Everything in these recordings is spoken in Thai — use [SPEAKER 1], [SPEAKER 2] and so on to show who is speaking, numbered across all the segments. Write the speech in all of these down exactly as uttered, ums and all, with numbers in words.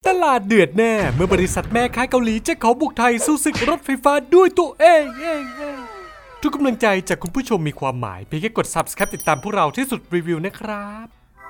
[SPEAKER 1] ลาดเดือดแน่เมื่อบริษัทแม่ค้าเกาหลีจะขอบุกไทยสู้ศึกรถไฟฟ้าด้วยตัวเองเองเองทุกกำลังใจจากคุณผู้ชมมีความหมายเพียงแค่กด ซับสไครบ์ ติดตามพวกเราที่สุดรีวิวนะครับ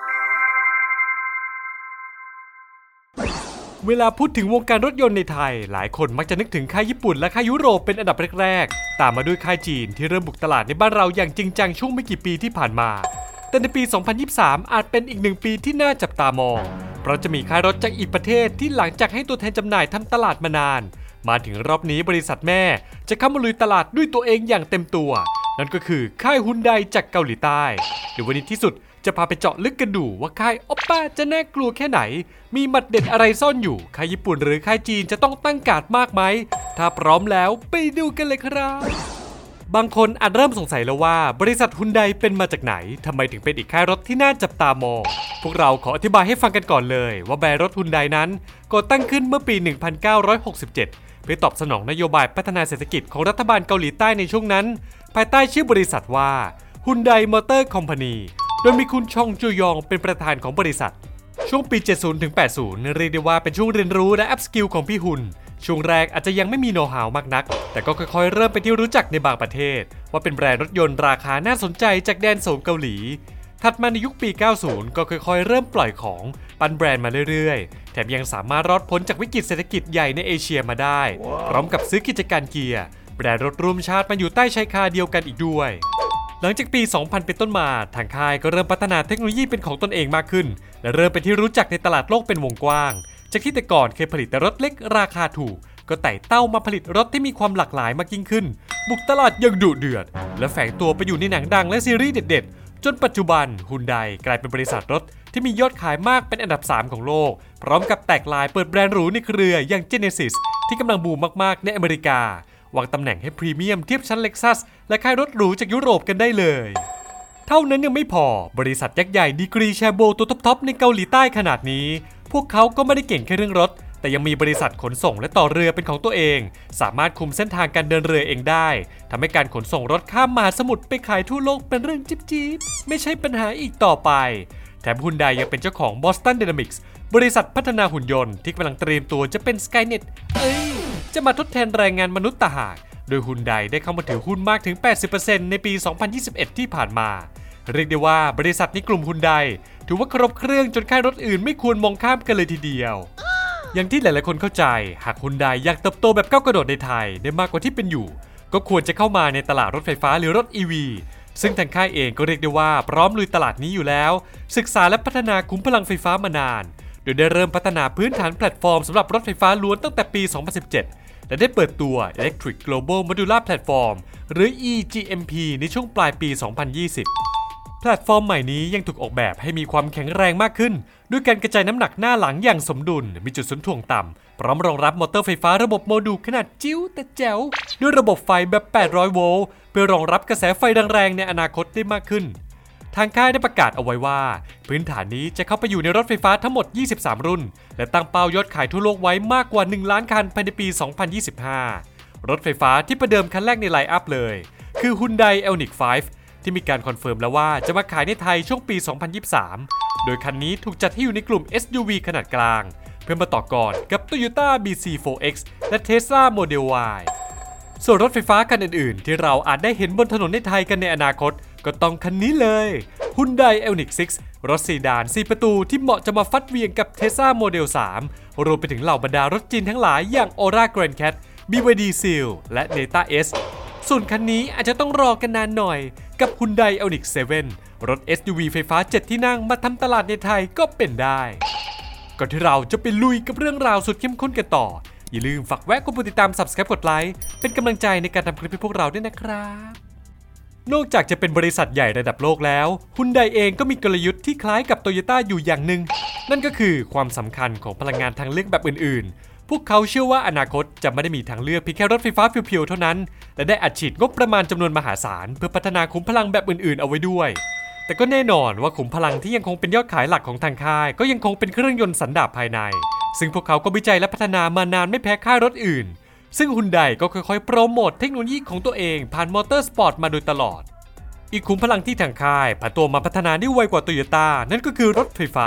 [SPEAKER 1] เวลาพูดถึงวงการรถยนต์ในไทยหลายคนมักจะนึกถึงค่ายญี่ปุ่นและค่ายยุโรปเป็นอันดับแรกๆตามมาด้วยค่ายจีนที่เริ่มบุกตลาดในบ้านเราอย่างจริงจังช่วงไม่กี่ปีที่ผ่านมาแต่ในปี สองพันยี่สิบสาม อาจเป็นอีกหนึ่งปีที่น่าจับตามองเพราะจะมีค่ายรถจากอีกประเทศที่หลังจากให้ตัวแทนจำหน่ายทำตลาดมานานมาถึงรอบนี้บริษัทแม่จะเข้ามาลุยตลาดด้วยตัวเองอย่างเต็มตัวนั่นก็คือค่ายฮุนไดจากเกาหลีใต้เดี๋ยววันนี้ที่สุดจะพาไปเจาะลึกกันดูว่าค่ายโอปป้าจะน่ากลัวแค่ไหนมีหมัดเด็ดอะไรซ่อนอยู่ค่ายญี่ปุ่นหรือค่ายจีนจะต้องตั้งการ์ดมากไหมถ้าพร้อมแล้วไปดูกันเลยครับบางคนอาจเริ่มสงสัยแล้วว่าบริษัทฮุนไดเป็นมาจากไหนทำไมถึงเป็นอีกค่ายรถที่น่าจับตามองพวกเราขออธิบายให้ฟังกันก่อนเลยว่าแบรนด์รถฮุนไดนั้นก่อตั้งขึ้นเมื่อปี หนึ่งพันเก้าร้อยหกสิบเจ็ด เพื่อตอบสนองนโยบายพัฒนาเศรษฐกิจของรัฐบาลเกาหลีใต้ในช่วงนั้นภายใต้ชื่อบริษัทว่าฮุนไดมอเตอร์คอมพานีโดยมีคุณชองจูยองเป็นประธานของบริษัทช่วงปี เจ็ดสิบถึงแปดสิบ เรียกได้ว่าเป็นช่วงเรียนรู้และอัพสกิลของพี่ฮุนช่วงแรกอาจจะยังไม่มีโน้ตฮาวมากนักแต่ก็ค่อยๆเริ่มเป็นที่รู้จักในบางประเทศว่าเป็นแบรนด์รถยนต์ราคาน่าสนใจจากแดนโซนเกาหลีถัดมาในยุคปี เก้าสิบ ก็ค่อยๆเริ่มปล่อยของปั้นแบรนด์มาเรื่อยๆแถมยังสามารถรอดพ้นจากวิกฤตเศรษฐกิจใหญ่ในเอเชียมาได้ wow. พร้อมกับซื้อกิจการเกียร์แบรนด์รถร่วมชาติมาอยู่ใต้ชายคาเดียวกันอีกด้วยหลังจากปี สองพัน เป็นต้นมาทางค่ายก็เริ่มพัฒนาเทคโนโลยีเป็นของตนเองมากขึ้นและเริ่มเป็นที่รู้จักในตลาดโลกเป็นวงกว้างจากที่แต่ก่อนเคยผลิตแต่รถเล็กราคาถูกก็ไต่เต้ามาผลิตรถที่มีความหลากหลายมากยิ่งขึ้นบุกตลาดอย่างดุเดือดและแฝงตัวไปอยู่ในหนังดังและซีรีส์เด็ดๆจนปัจจุบันฮุนไดกลายเป็นบริษัทรถที่มียอดขายมากเป็นอันดับสามของโลกพร้อมกับแตกลายเปิดแบรนด์หรูในเครืออย่าง Genesis ที่กำลังบูมมากๆในอเมริกาวางตำแหน่งให้พรีเมียมเทียบชั้น Lexus และค่ายรถหรูจากยุโรปกันได้เลยเท่านั้นยังไม่พอบริษัทยักษ์ใหญ่ดีกรีแชโบตัวท็อปๆในเกาหลีใต้ขนาดนี้พวกเขาก็ไม่ได้เก่งแค่เรื่องรถแต่ยังมีบริษัทขนส่งและต่อเรือเป็นของตัวเองสามารถคุมเส้นทางการเดินเรือเองได้ทำให้การขนส่งรถข้ามมหาสมุทรไปขายทั่วโลกเป็นเรื่องจิ๊บจิ๊บไม่ใช่ปัญหาอีกต่อไปแถมฮุนไดยังเป็นเจ้าของ Boston Dynamics บริษัทพัฒนาหุ่นยนต์ที่กำลังเตรียมตัวจะเป็น Skynet เอ้ยจะมาทดแทนแรงงานมนุษย์ต่างหากโดยฮุนไดได้เข้ามาถือหุ้นมากถึง แปดสิบเปอร์เซ็นต์ ในปี สองพันยี่สิบเอ็ด ที่ผ่านมาเรียกได้ว่าบริษัทในกลุ่มฮุนไดถือว่าครบเครื่องจนค่ายรถอื่นไม่ควรมองข้ามกันเลยทีเดียวอย่างที่หลายๆคนเข้าใจหากฮุนไดอยากเติบโตแบบก้าวกระโดดในไทยได้มากกว่าที่เป็นอยู่ก็ควรจะเข้ามาในตลาดรถไฟฟ้าหรือรถ อี วี ซึ่งทางค่ายเองก็เรียกได้ว่าพร้อมลุยตลาดนี้อยู่แล้วศึกษาและพัฒนาคุ้มพลังไฟฟ้ามานานโดยได้เริ่มพัฒนาพื้นฐานแพลตฟอร์มสำหรับรถไฟฟ้าล้วนตั้งแต่ปี สองพันสิบเจ็ด และได้เปิดตัว Electric Global Modular Platform หรือ อี จี เอ็ม พี ในช่วงปลายปี สองพันยี่สิบแพลตฟอร์มใหม่นี้ยังถูกออกแบบให้มีความแข็งแรงมากขึ้นด้วยการกระจายน้ำหนักหน้าหลังอย่างสมดุลมีจุดศูนย์ถ่วงต่ำพร้อมรองรับมอเตอร์ไฟฟ้าระบบโมดูลขนาดจิ๋วแต่แจ๋วด้วยระบบไฟแบบแปดร้อยโวลต์เพื่อรองรับกระแสไฟแรงๆในอนาคตได้มากขึ้นทางค่ายได้ประกาศเอาไว้ว่าพื้นฐานนี้จะเข้าไปอยู่ในรถไฟฟ้าทั้งหมดยี่สิบสามรุ่นและตั้งเป้ายอดขายทั่วโลกไว้มากกว่าหนึ่งล้านคันภายในปี สองพันยี่สิบห้ารถไฟฟ้าที่ประเดิมคันแรกในไลน์อัพเลยคือ Hyundai Ioniq ไฟว์ที่มีการคอนเฟิร์มแล้วว่าจะมาขายในไทยช่วงปี สองพันยี่สิบสาม โดยคันนี้ถูกจัดให้อยู่ในกลุ่ม เอส ยู วี ขนาดกลางเพื่อมาต่อกรกับ Toyota บี ซี โฟร์ เอ็กซ์ และ Tesla Model Y ส่วนรถไฟฟ้าคันอื่นๆที่เราอาจได้เห็นบนถนนในไทยกันในอนาคตก็ต้องคันนี้เลย Hyundai Ioniq ซิกซ์ รถซีดานสี่ประตูที่เหมาะจะมาฟัดเวียงกับ Tesla Model สามรวมไปถึงเหล่าบรรดารถจีนทั้งหลายอย่าง Aura Grand Cat บี วาย ดี Seal และ Neta Sส่วนคันนี้อาจจะต้องรอกันนานหน่อยกับ Hyundai Ioniq เซเว่น รถ เอส ยู วี ไฟฟ้าเจ็ดที่นั่งมาทำตลาดในไทยก็เป็นได้ก่อนที่เราจะไปลุยกับเรื่องราวสุดเข้มข้นกันต่ออย่าลืมฝากแวะกดติดตาม ซับสไครบ์ กดไลค์เป็นกำลังใจในการทำคลิปให้พวกเราด้วยนะครับนอกจากจะเป็นบริษัทใหญ่ระดับโลกแล้ว Hyundai เองก็มีกลยุทธ์ที่คล้ายกับ Toyota อยู่อย่างหนึ่งนั่นก็คือความสำคัญของพลังงานทางเลือกแบบอื่นๆพวกเขาเชื่อว่าอนาคตจะไม่ได้มีทางเลือกเพียงแค่รถไฟฟ้าเพียวๆเท่านั้นแต่ได้อัดฉีดงบประมาณจำนวนมหาศาลเพื่อพัฒนาขุมพลังแบบอื่นๆเอาไว้ด้วยแต่ก็แน่นอนว่าขุมพลังที่ยังคงเป็นยอดขายหลักของทางค่ายก็ยังคงเป็นเครื่องยนต์สันดาปภายในซึ่งพวกเขาก็วิจัยและพัฒนามานานไม่แพ้ค่ายรถอื่นซึ่ง Hyundai ก็ค่อยๆโปรโมทเทคโนโลยีของตัวเองผ่านมอเตอร์สปอร์ตมาโดยตลอดอีกขุมพลังที่ทางค่ายผันตัวมาพัฒนาได้ไวกว่า Toyota นั่นก็คือรถไฟฟ้า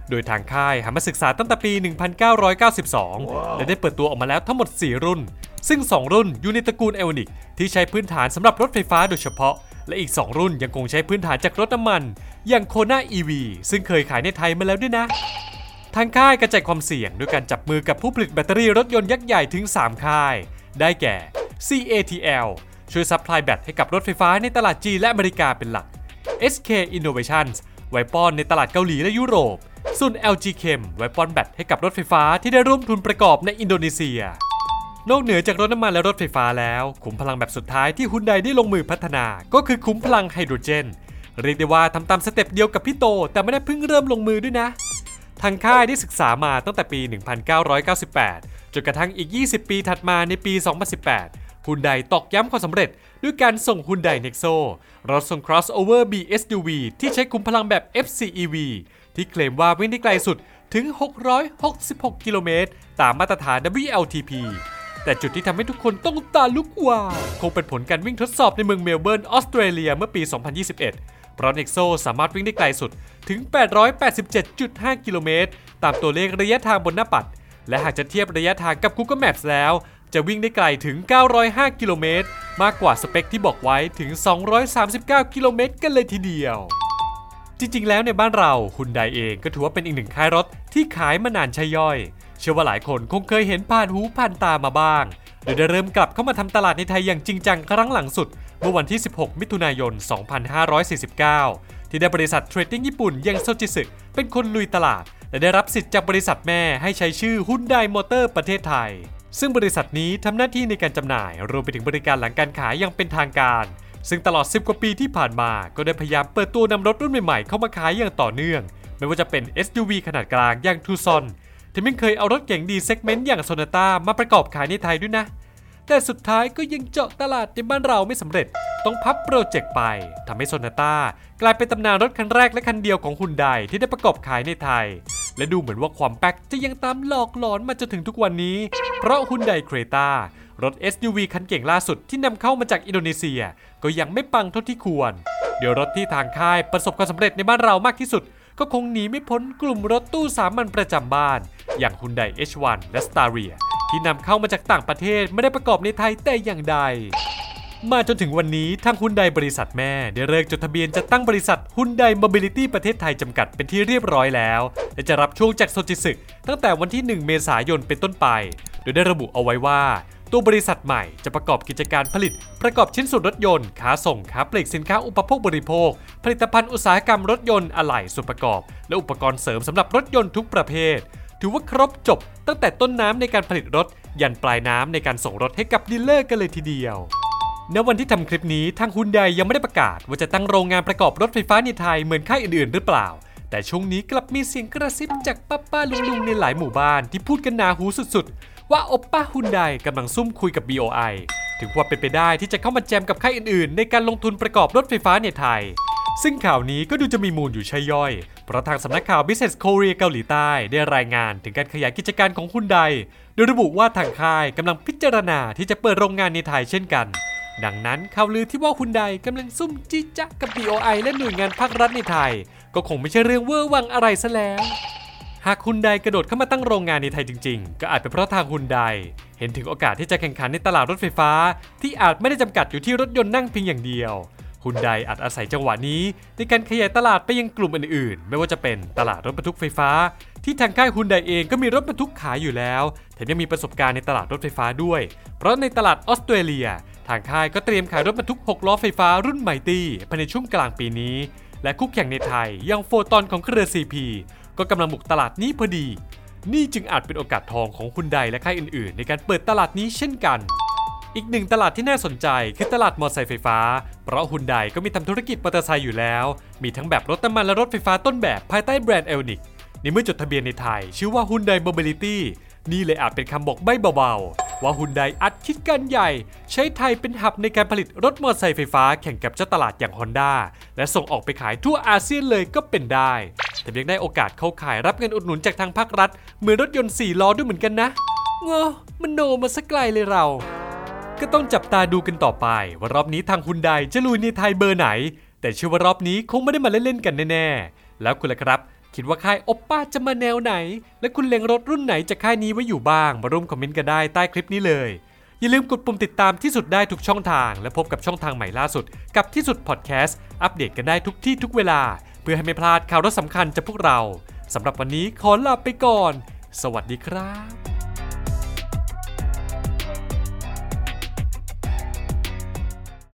[SPEAKER 1] โดยทางค่ายหันมาศึกษาตั้งแต่ปี หนึ่งพันเก้าร้อยเก้าสิบสอง wow. และได้เปิดตัวออกมาแล้วทั้งหมด สี่ รุ่นซึ่ง สอง รุ่นอยู่ในตระกูล Ioniq ที่ใช้พื้นฐานสำหรับรถไฟฟ้าโดยเฉพาะและอีก สอง รุ่นยังคงใช้พื้นฐานจากรถน้ำมันอย่าง Kona อี วี ซึ่งเคยขายในไทยมาแล้วด้วยนะทางค่ายกระจายความเสี่ยงด้วยการจับมือกับผู้ผลิตแบตเตอรี่รถยนต์ยักษ์ใหญ่ถึง สาม ค่ายได้แก่ ซี เอ ที แอล ช่วยซัพพลายแบตให้กับรถไฟฟ้าในตลาดจีนและอเมริกาเป็นหลัก เอส เค Innovations ไว้ป้อนในตลาดเกาหลีและยุโรปส่วน แอล จี Chem ไว้ป้อนแบตให้กับรถไฟฟ้าที่ได้ร่วมทุนประกอบในอินโดนีเซียนอกเหนือจากรถน้ำมันและรถไฟฟ้าแล้วขุมพลังแบบสุดท้ายที่ฮุนไดได้ลงมือพัฒนาก็คือขุมพลังไฮโดรเจนเรียกได้ว่าทำตามสเต็ปเดียวกับพี่โตแต่ไม่ได้เพิ่งเริ่มลงมือด้วยนะทางค่ายได้ศึกษามาตั้งแต่ปี หนึ่งพันเก้าร้อยเก้าสิบแปด จนกระทั่งอีก ยี่สิบ ปีถัดมาในปี สองพันสิบแปด ฮุนไดตอกย้ำความสำเร็จด้วยการส่งฮุนได Nexo รถทรง crossover บี เอส ยู วี ที่ใช้ขุมพลังแบบ เอฟ ซี อี วี ที่เคลมว่าวิ่งได้ไกลสุดถึง หกร้อยหกสิบหก กิโลเมตรตามมาตรฐาน ดับเบิลยู แอล ที พี แต่จุดที่ทำให้ทุกคนต้องตาลุกวาวคงเป็นผลการวิ่งทดสอบในเมืองเมลเบิร์นออสเตรเลียเมื่อปี สองพันยี่สิบเอ็ด เพราะ Nexo สามารถวิ่งได้ไกลสุดถึง แปดร้อยแปดสิบเจ็ดจุดห้า กิโลเมตรตามตัวเลขระยะทางบนหน้าปัดและหากจะเทียบระยะทางกับ Google Maps แล้วจะวิ่งได้ไกลถึง เก้าร้อยห้า กิโลเมตรมากกว่าสเปคที่บอกไว้ถึง สองร้อยสามสิบเก้า กิโลเมตรกันเลยทีเดียวจริงๆแล้วในบ้านเราฮุนไดเองก็ถือว่าเป็นอีกหนึ่งค่ายรถที่ขายมานานใช่ย่อยเชื่อว่าหลายคนคงเคยเห็นผ่านหูผ่านตามาบ้างโดยได้เริ่มกลับเข้ามาทำตลาดในไทยอย่างจริงจังครั้งหลังสุดเมื่อวันที่สิบหกมิถุนายนสองพันห้าร้อยสี่สิบเก้าที่ได้บริษัทเทรดดิ้งญี่ปุ่นอย่างโซจิสึเป็นคนลุยตลาดและได้รับสิทธิ์จากบริษัทแม่ให้ใช้ชื่อฮุนไดมอเตอร์ประเทศไทยซึ่งบริษัทนี้ทำหน้าที่ในการจำหน่ายรวมไปถึงบริการหลังการขายอย่างเป็นทางการซึ่งตลอดสิบกว่าปีที่ผ่านมาก็ได้พยายามเปิดตัวนำรถรุ่นใหม่ๆเข้ามาขายอย่างต่อเนื่องไม่ว่าจะเป็น เอส ยู วี ขนาดกลางอย่างทูซอนที่ไม่เคยเอารถเก๋งดีเซกเมนต์อย่างโซนาต้ามาประกอบขายในไทยด้วยนะแต่สุดท้ายก็ยังเจาะตลาดในบ้านเราไม่สำเร็จต้องพับโปรเจกต์ไปทำให้โซนาต้ากลายเป็นตำนานรถคันแรกและคันเดียวของฮุนไดที่ได้ประกอบขายในไทยและดูเหมือนว่าความแป๊กจะยังตามหลอกหลอนมาจนถึงทุกวันนี้เพราะฮุนไดเครต้ารถ เอส ยู วี คันเก่งล่าสุดที่นำเข้ามาจากอินโดนีเซียก็ยังไม่ปังเท่าที่ควรเดี๋ยวรถที่ทางค่ายประสบความสำเร็จในบ้านเรามากที่สุดก็คงหนีไม่พ้นกลุ่มรถตู้สามัญประจำบ้านอย่าง Hyundai เอช วัน และ Staria ที่นำเข้ามาจากต่างประเทศไม่ได้ประกอบในไทยแต่อย่างใดมาจนถึงวันนี้ทาง Hyundai บริษัทแม่ได้เลิกจดทะเบียนจะตั้งบริษัท Hyundai Mobility ประเทศไทยจำกัดเป็นที่เรียบร้อยแล้วและจะรับช่วงจากโซจิสึตั้งแต่วันที่หนึ่งเมษายนเป็นต้นไปโดยได้ระบุเอาไว้ว่าตัวบริษัทใหม่จะประกอบกิจการผลิตประกอบชิ้นส่วนรถยนต์ค้าส่งค้าปลีกสินค้าอุปโภคบริโภคผลิตภัณฑ์อุตสาหกรรมรถยนต์อะไหล่ส่วนประกอบและอุปกรณ์เสริมสำหรับรถยนต์ทุกประเภทถือว่าครบจบตั้งแต่ต้นน้ำในการผลิตรถยันปลายน้ำในการส่งรถให้กับดีลเลอร์กันเลยทีเดียวณวันที่ทำคลิปนี้ทางฮุนไดยังไม่ได้ประกาศว่าจะตั้งโรงงานประกอบรถไฟฟ้าในไทยเหมือนค่ายอื่นๆหรือเปล่าแต่ช่วงนี้กลับมีเสียงกระซิบจากป้าๆลุงๆในหลายหมู่บ้านที่พูดกันหนาหูสุดๆว่าโอปป้าฮุนไดกำลังซุ่มคุยกับ บี โอ ไอ ถึงความเป็นไปได้ที่จะเข้ามาแจมกับค่ายอื่นๆในการลงทุนประกอบรถไฟฟ้าในไทยซึ่งข่าวนี้ก็ดูจะมีมูลอยู่ใช่ย่อยเพราะทางสำนักข่าว Business Korea เกาหลีใต้ได้รายงานถึงการขยายกิจการของฮุนไดโดยระบุว่าทางค่ายกำลังพิจารณาที่จะเปิดโรงงานในไทยเช่นกันดังนั้นข่าวลือที่ว่าฮุนไดกำลังซุ่มจิจ๊ะกับ บี โอ ไอ และหน่วยงานภาครัฐในไทยก็คงไม่ใช่เรื่องเวอร์วังอะไรซะแล้วหากฮุนไดกระโดดเข้ามาตั้งโรงงานในไทยจริงๆก็อาจเป็นเพราะทางฮุนไดเห็นถึงโอกาสที่จะแข่งขันในตลาดรถไฟฟ้าที่อาจไม่ได้จำกัดอยู่ที่รถยนต์นั่งเพียงอย่างเดียวฮุนไดอาจอาศัยจังหวะนี้ในการขยายตลาดไปยังกลุ่มอื่นๆไม่ว่าจะเป็นตลาดรถบรรทุกไฟฟ้าที่ทางค่ายฮุนไดเองก็มีรถบรรทุกขายอยู่แล้วแถมยังมีประสบการณ์ในตลาดรถไฟฟ้าด้วยเพราะในตลาดออสเตรเลียทางค่ายก็เตรียมขายรถบรรทุกหกล้อไฟฟ้ารุ่นไมตี้ภายในช่วงกลางปีนี้และคู่แข่งในไทยอย่างโฟตอนของเครือ ซี พี ก็กำลังบุกตลาดนี้พอดีนี่จึงอาจเป็นโอกาสทองของฮุนไดและค่ายอื่นๆในการเปิดตลาดนี้เช่นกันอีกหนึ่งตลาดที่น่าสนใจคือตลาดมอเตอร์ไซค์ไฟฟ้าเพราะฮุนไดก็มีทำธุรกิจมอเตอร์ไซค์อยู่แล้วมีทั้งแบบรถน้ำมันและรถไฟฟ้าต้นแบบภายใต้แบรนด์ Ioniq ในเมื่อจดทะเบียนในไทยชื่อว่า Hyundai Mobility นี่เลยอาจเป็นคำบอกใบ้เบาๆว่าฮุนไดอัดคิดการใหญ่ใช้ไทยเป็นหับในการผลิตรถมอเตอร์ไซค์ไฟฟ้าแข่งกับเจ้าตลาดอย่าง Honda และส่งออกไปขายทั่วอาเซียนเลยก็เป็นได้แต่ยังได้โอกาสเข้าขายรับเงินอุดหนุนจากทางภาครัฐเหมือนรถยนต์สี่ล้อด้วยเหมือนกันนะงอมันโนมาสักไกลเลยเราก็ต้องจับตาดูกันต่อไปว่ารอบนี้ทางฮุนไดจะลุยในไทยเบอร์ไหนแต่เชื่อว่ารอบนี้คงไม่ได้มาเล่นๆกันแน่ๆแล้วคุณล่ะครับคิดว่าค่ายโอปป้าจะมาแนวไหนและคุณเล็งรถรุ่นไหนจากค่ายนี้ไว้อยู่บ้างมาร่วมคอมเมนต์กันได้ใต้คลิปนี้เลยอย่าลืมกดปุ่มติดตามที่สุดได้ทุกช่องทางและพบกับช่องทางใหม่ล่าสุดกับที่สุดพอดแคสต์อัปเดตกันได้ทุกที่ทุกเวลาเพื่อให้ไม่พลาดข่าวสำคัญจากพวกเราสำหรับวันนี้ขอลาไปก่อนสวัสดีครับ